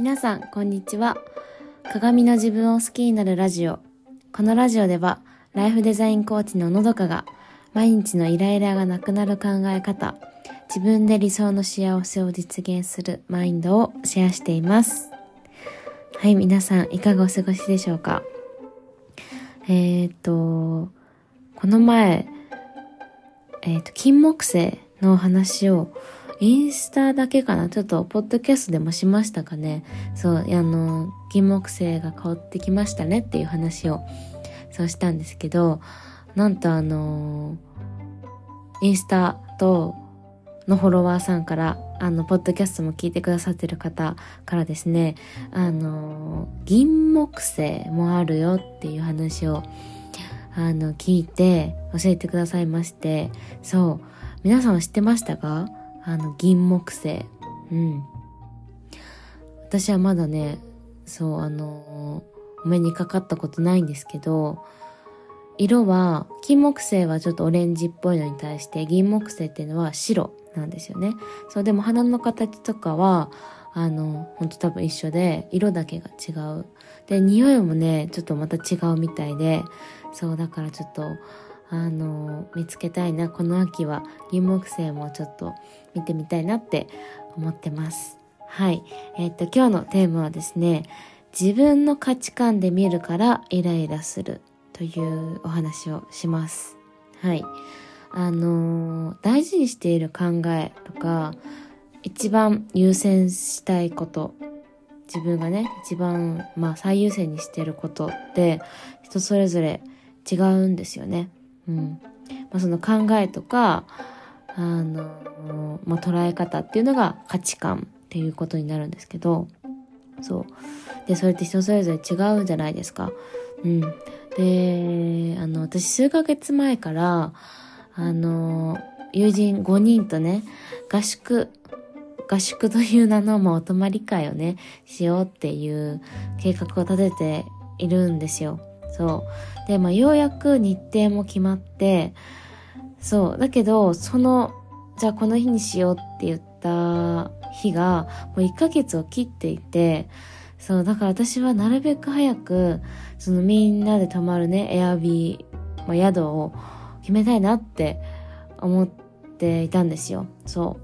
皆さんこんにちは。鏡の自分を好きになるラジオ。このラジオではライフデザインコーチののどかが毎日のイライラがなくなる考え方、自分で理想の幸せを実現するマインドをシェアしています。はい、皆さんいかがお過ごしでしょうか。この前金木犀の話をインスタだけかな、ちょっとポッドキャストでもしましたかね。そう金木犀が香ってきましたねっていう話をそうしたんですけど、なんとインスタとのフォロワーさんからポッドキャストも聞いてくださってる方からですね、銀木犀もあるよっていう話を聞いて教えてくださいまして、そう、皆さんは知ってましたか？銀木犀。私はまだね、そうお目にかかったことないんですけど、色は金木犀はちょっとオレンジっぽいのに対して銀木犀っていうのは白なんですよね。そう、でも花の形とかはほんと多分一緒で、色だけが違う。で、匂いもねちょっとまた違うみたいで、そうだからちょっと見つけたいな。この秋は銀木犀もちょっと見てみたいなって思ってます。はい、今日のテーマはですね、自分の価値観で見るからイライラするというお話をします。はい、大事にしている考えとか、一番優先したいこと、自分がね一番最優先にしていることって人それぞれ違うんですよね。その考えとか捉え方っていうのが価値観っていうことになるんですけど、そうで、それって人それぞれ違うんじゃないですか。で私数ヶ月前から友人5人とね合宿という名のお泊まり会をねしようっていう計画を立てているんですよ。そうで、ようやく日程も決まって、そうだけどじゃあこの日にしようって言った日がもう1ヶ月を切っていて、そうだから私はなるべく早くみんなで泊まるねエアビー、宿を決めたいなって思っていたんですよ。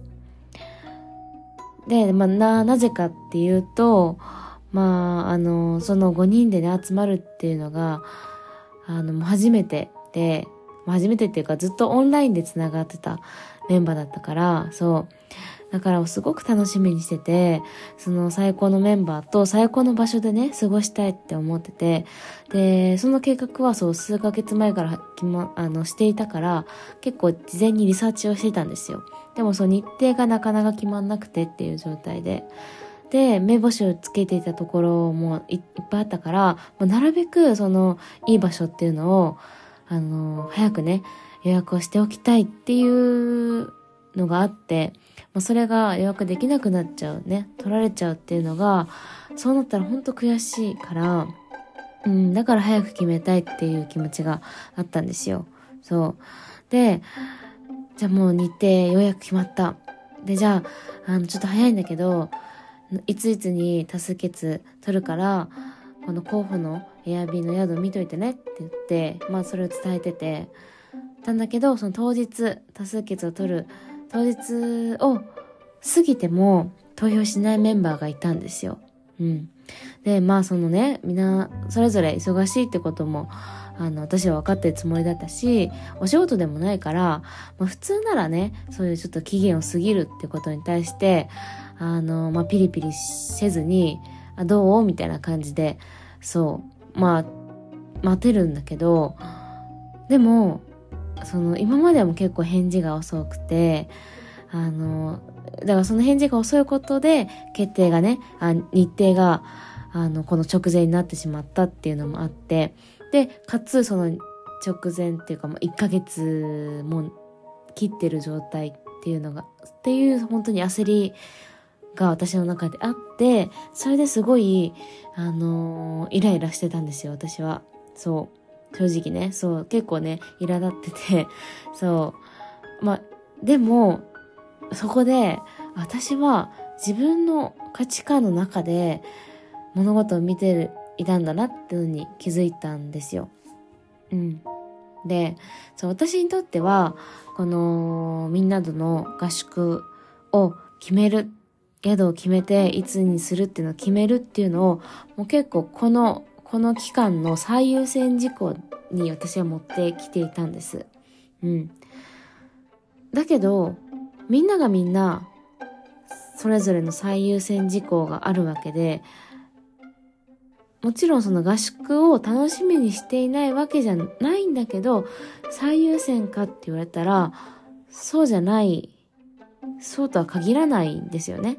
そうで、なぜかっていうと、その5人でね集まるっていうのがもう初めてっていうか、ずっとオンラインでつながってたメンバーだったから、そうだからすごく楽しみにしてて、その最高のメンバーと最高の場所でね過ごしたいって思ってて、でその計画は数ヶ月前からしていたから、結構事前にリサーチをしてたんですよ。でも日程がなかなか決まんなくてっていう状態で目星をつけていたところも いっぱいあったから、なるべくいい場所っていうのを早くね予約をしておきたいっていうのがあって、それが予約できなくなっちゃうね、取られちゃうっていうのが、そうなったら本当悔しいから、だから早く決めたいっていう気持ちがあったんですよ。そうで、じゃあもう日程ようやく決まった。で、じゃあちょっと早いんだけど、いついつに多数決取るから、この候補のエアビーの宿見といてねって言って、それを伝えててたんだけど、その当日多数決を取る当日を過ぎても投票しないメンバーがいたんですよ。でみんなそれぞれ忙しいってことも私は分かってるつもりだったし、お仕事でもないから、普通ならねそういうちょっと期限を過ぎるってことに対してピリピリせずにどうみたいな感じで待てるんだけど、でも今までも結構返事が遅くて、だからその返事が遅いことで決定がね日程がこの直前になってしまったっていうのもあって、でかつその直前っていうか1ヶ月も切ってる状態っていう本当に焦りが私の中であって、それですごいイライラしてたんですよ、私は。そう正直ね、結構ね苛立ってて、でもそこで私は自分の価値観の中で物事を見ていたんだなっていうのに気づいたんですよ。で、私にとってはこのみんなとの合宿を決める、宿を決めていつにするっていうのを決めるっていうのをもう結構この期間の最優先事項に私は持ってきていたんです。だけどみんながみんなそれぞれの最優先事項があるわけで、もちろんその合宿を楽しみにしていないわけじゃないんだけど、最優先かって言われたらそうじゃない、そうとは限らないんですよね。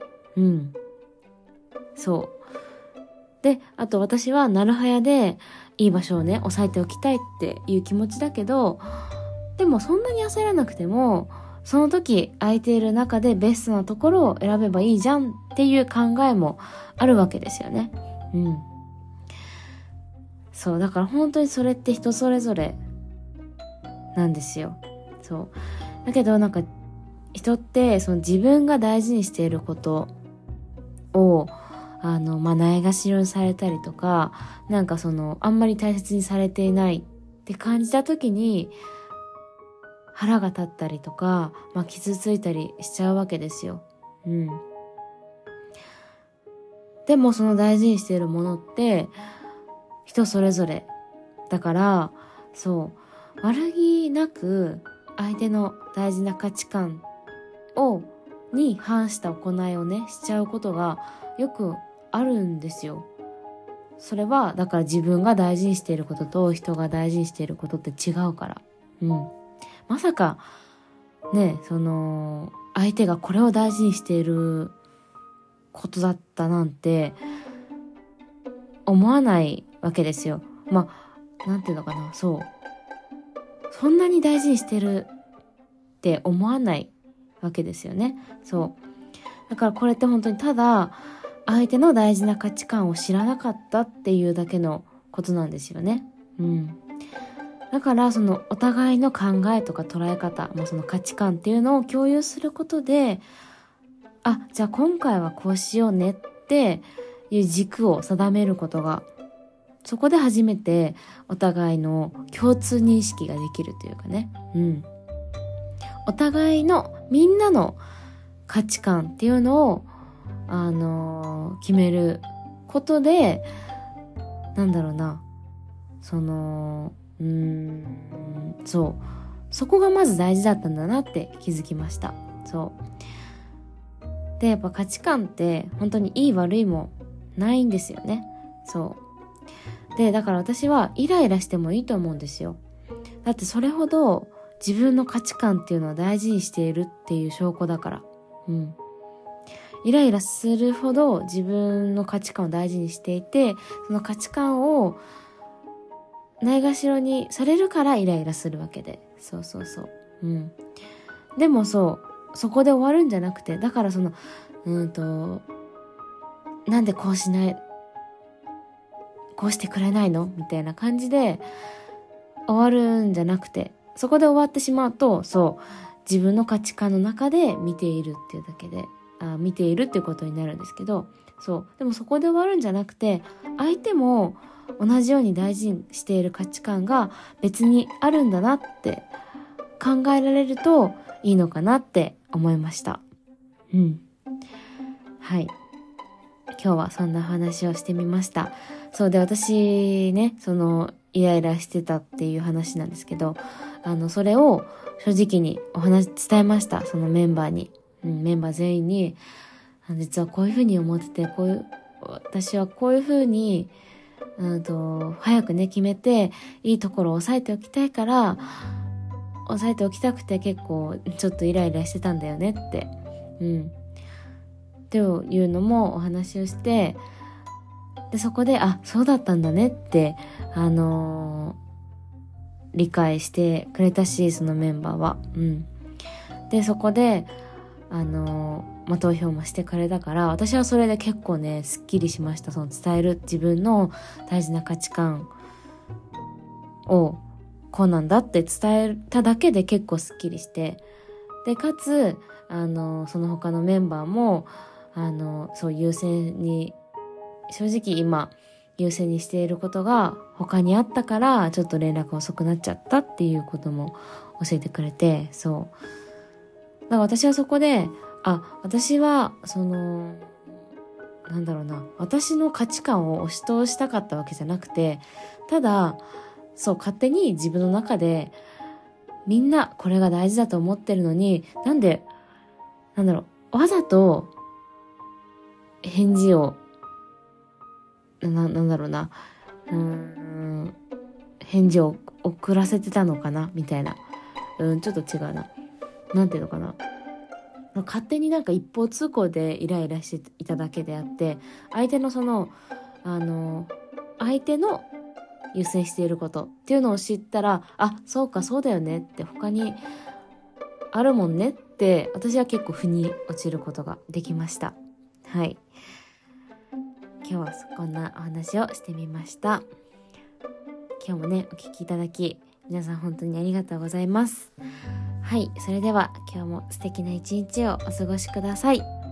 で、あと私はなるはやでいい場所をね押さえておきたいっていう気持ちだけど、でもそんなに焦らなくてもその時空いている中でベストなところを選べばいいじゃんっていう考えもあるわけですよね。だから本当にそれって人それぞれなんですよ。だけど人ってその自分が大事にしていることをないがしろにされたりとか、あんまり大切にされていないって感じた時に腹が立ったりとか、傷ついたりしちゃうわけですよ。でもその大事にしているものって人それぞれだから、悪気なく相手の大事な価値観に反した行いをねしちゃうことがよくあるんですよ。それはだから自分が大事にしていることと人が大事にしていることって違うから。まさかね、相手がこれを大事にしていることだったなんて思わないわけですよ。なんていうのかな、そんなに大事にしてるって思わないわけですよね。だからこれって本当にただ相手の大事な価値観を知らなかったっていうだけのことなんですよね。だからお互いの考えとか捉え方、その価値観っていうのを共有することで、じゃあ今回はこうしようねっていう軸を定めることが、そこで初めてお互いの共通認識ができるというかね。お互いのみんなの価値観っていうのを決めることで、そこがまず大事だったんだなって気づきました。で、やっぱ価値観って本当にいい悪いもないんですよね。で、だから私はイライラしてもいいと思うんですよ。だってそれほど自分の価値観っていうのを大事にしているっていう証拠だから。イライラするほど自分の価値観を大事にしていて、その価値観をないがしろにされるからイライラするわけで。でもそこで終わるんじゃなくて、だからなんでこうしてくれないのみたいな感じで終わるんじゃなくて、そこで終わってしまうと、自分の価値観の中で見ているっていうだけで、見ているっていうことになるんですけど、でもそこで終わるんじゃなくて、相手も同じように大事にしている価値観が別にあるんだなって考えられるといいのかなって思いました。はい。今日はそんな話をしてみました。で、私ね、イライラしてたっていう話なんですけど、それを正直に伝えました。そのメンバーに。メンバー全員に、実はこういうふうに思ってて、私はこういうふうに、早くね、決めて、いいところを押さえておきたいから、押さえておきたくて結構ちょっとイライラしてたんだよねって。っていうのもお話をして、で、そこで、そうだったんだねって、理解してくれたし、そのメンバーは。で、そこで、投票もしてくれたから、私はそれで結構ね、すっきりしました。伝える自分の大事な価値観を、こうなんだって伝えただけで結構すっきりして、で、かつ、その他のメンバーも、 そう優先に、正直今優先にしていることが他にあったから、ちょっと連絡遅くなっちゃったっていうことも教えてくれて、そう。だから私はそこで、私は、私の価値観を押し通したかったわけじゃなくて、ただ、そう、勝手に自分の中で、みんなこれが大事だと思ってるのに、わざと返事を、返事を遅らせてたのかなみたいな。ちょっと違うな。なんていうのかな。勝手に一方通行でイライラしていただけであって、相手の相手の優先していることっていうのを知ったら、そうか、そうだよねって、他にあるもんねって、私は結構腑に落ちることができました。はい。今日はこんなお話をしてみました。今日もね、お聞きいただき、皆さん本当にありがとうございます。はい、それでは今日も素敵な一日をお過ごしください。